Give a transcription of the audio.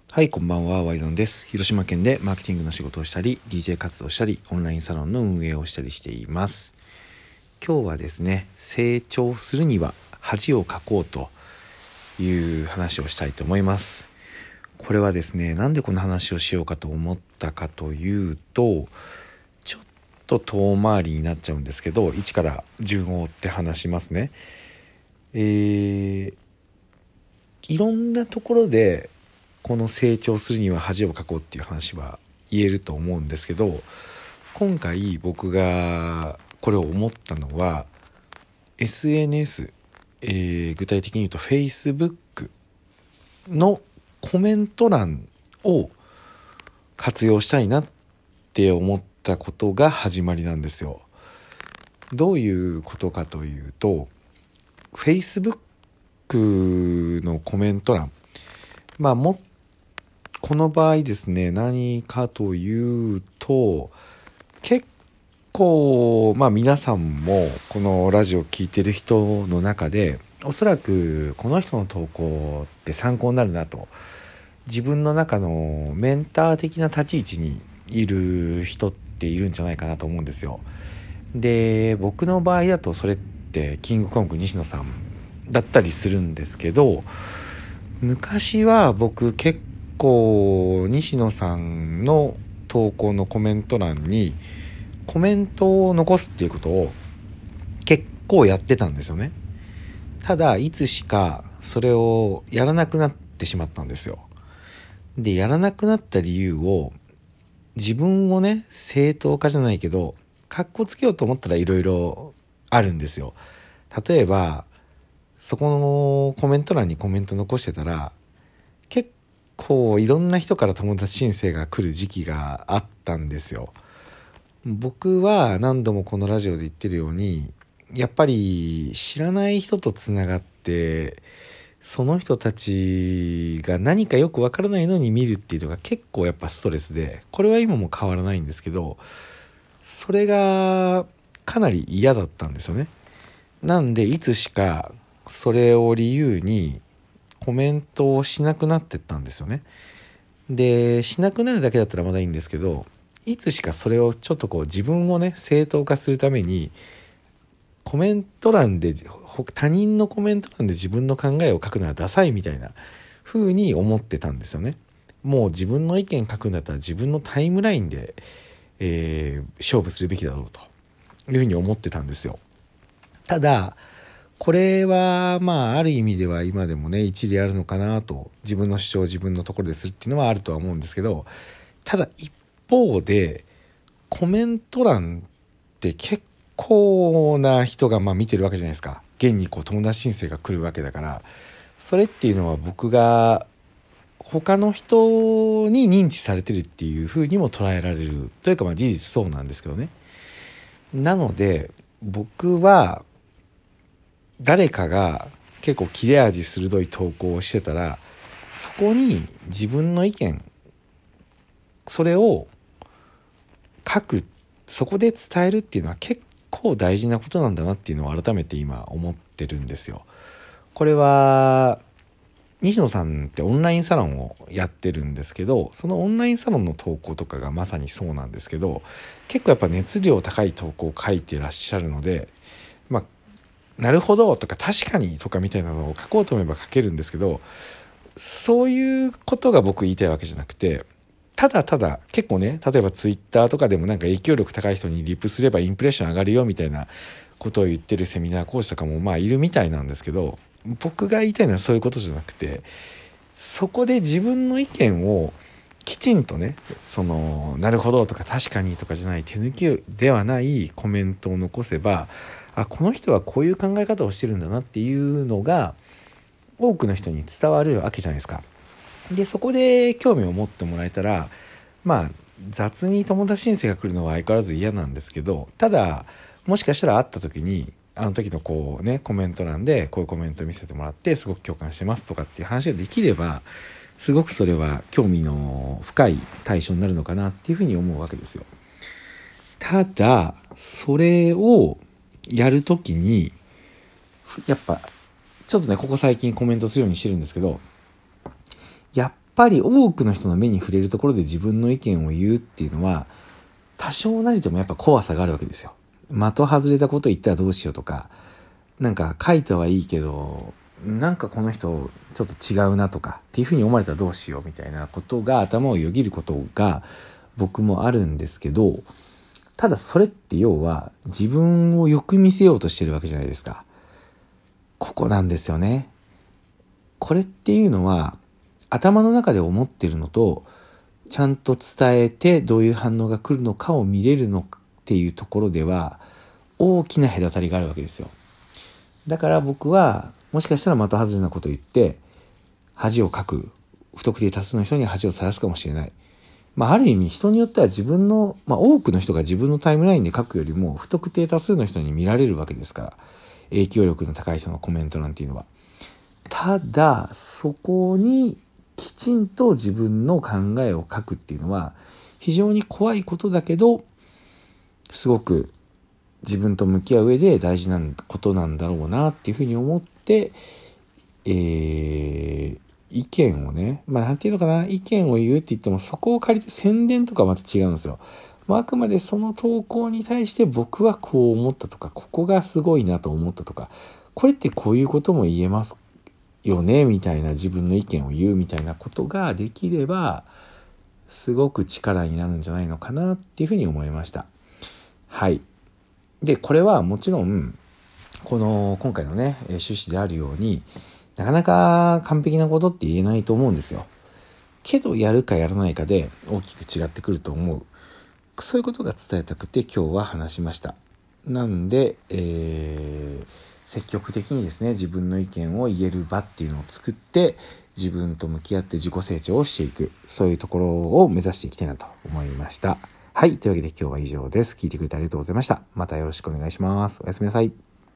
はい、こんばんは、ワイゾンです。広島県でマーケティングの仕事をしたり、DJ 活動をしたり、オンラインサロンの運営をしたりしています。今日はですね、成長するには恥をかこうという話をしたいと思います。これはですね、なんでこの話をしようかと思ったかというと、ちょっと遠回りになっちゃうんですけど、一から順を追って話しますね。いろんなところでこの成長するには恥をかこうっていう話は言えると思うんですけど、今回僕がこれを思ったのは SNS、具体的に言うと Facebook のコメント欄を活用したいなって思ったことが始まりなんですよ。どういうことかというと、 Facebook のコメント欄、この場合ですね、何かというと、結構皆さんもこのラジオ聞いてる人の中で、おそらくこの人の投稿って参考になるなと、自分の中のメンター的な立ち位置にいる人っているんじゃないかなと思うんですよ。で、僕の場合だとそれってキングコング西野さんだったりするんですけど、昔は僕結構西野さんの投稿のコメント欄にコメントを残すっていうことを結構やってたんですよね。ただいつしかそれをやらなくなってしまったんですよ。で、やらなくなった理由を、自分をね、正当化じゃないけどかっこつけようと思ったらいろいろあるんですよ。例えばそこのコメント欄にコメント残してたら、結構いろんな人から友達申請が来る時期があったんですよ。僕は何度もこのラジオで言ってるように、やっぱり知らない人とつながって、その人たちが何かよくわからないのに見るっていうのが結構やっぱストレスで、これは今も変わらないんですけど、それがかなり嫌だったんですよね。なんでいつしかそれを理由にコメントをしなくなってったんですよね。で、しなくなるだけだったらまだいいんですけど、いつしかそれをちょっとこう自分をね、正当化するために、コメント欄で、他人のコメント欄で自分の考えを書くのはダサいみたいな風に思ってたんですよね。もう自分の意見書くんだったら自分のタイムラインで、勝負するべきだろうというふうに思ってたんですよ。ただ、これはある意味では今でもね、一理あるのかなと、自分の主張を自分のところでするっていうのはあるとは思うんですけど、ただ一方でコメント欄って結構な人が見てるわけじゃないですか。現にこう友達申請が来るわけだから、それっていうのは僕が他の人に認知されてるっていう風にも捉えられるというか、事実そうなんですけどね。なので僕は誰かが結構切れ味鋭い投稿をしてたら、そこに自分の意見、それを書く、そこで伝えるっていうのは結構大事なことなんだなっていうのを改めて今思ってるんですよ。これは西野さんってオンラインサロンをやってるんですけど、そのオンラインサロンの投稿とかがまさにそうなんですけど、結構やっぱ熱量高い投稿を書いてらっしゃるので、なるほどとか確かにとかみたいなのを書こうと思えば書けるんですけど、そういうことが僕言いたいわけじゃなくて、ただただ結構ね、例えばツイッターとかでも影響力高い人にリプすればインプレッション上がるよみたいなことを言ってるセミナー講師とかもいるみたいなんですけど、僕が言いたいのはそういうことじゃなくて、そこで自分の意見をきちんとね、なるほどとか確かにとかじゃない手抜きではないコメントを残せば、この人はこういう考え方をしてるんだなっていうのが多くの人に伝わるわけじゃないですか。で、そこで興味を持ってもらえたら、雑に友達申請が来るのは相変わらず嫌なんですけど、ただもしかしたら会った時に、あの時のコメント欄でこういうコメント見せてもらってすごく共感してますとかっていう話ができれば、すごくそれは興味の深い対象になるのかなっていうふうに思うわけですよ。ただそれをやるときに、やっぱちょっとね、ここ最近コメントするようにしてるんですけど、やっぱり多くの人の目に触れるところで自分の意見を言うっていうのは多少なりともやっぱ怖さがあるわけですよ。的外れたこと言ったらどうしようとか、なんか書いたはいいけどなんかこの人ちょっと違うなとかっていうふうに思われたらどうしようみたいなことが頭をよぎることが僕もあるんですけど、ただそれって要は自分をよく見せようとしてるわけじゃないですか。ここなんですよね。これっていうのは頭の中で思ってるのとちゃんと伝えてどういう反応が来るのかを見れるのっていうところでは大きな隔たりがあるわけですよ。だから僕はもしかしたら的外れなことを言って恥をかく、不特定多数の人に恥をさらすかもしれない。ある意味人によっては自分の、多くの人が自分のタイムラインで書くよりも不特定多数の人に見られるわけですから、影響力の高い人のコメント欄っていうのは。ただそこにきちんと自分の考えを書くっていうのは非常に怖いことだけど、すごく自分と向き合う上で大事なことなんだろうなっていうふうに思って、意見をね、なんていうのかな、意見を言うって言ってもそこを借りて宣伝とかまた違うんですよ。あくまでその投稿に対して僕はこう思ったとか、ここがすごいなと思ったとか、これってこういうことも言えますよねみたいな、自分の意見を言うみたいなことができればすごく力になるんじゃないのかなっていうふうに思いました。はい。でこれはもちろん今回のね趣旨であるようになかなか完璧なことって言えないと思うんですよ。けどやるかやらないかで大きく違ってくると思う。そういうことが伝えたくて今日は話しました。なんで、積極的にですね自分の意見を言える場っていうのを作って自分と向き合って自己成長をしていく、そういうところを目指していきたいなと思いました。はい。というわけで今日は以上です。聞いてくれてありがとうございました。またよろしくお願いします。おやすみなさい。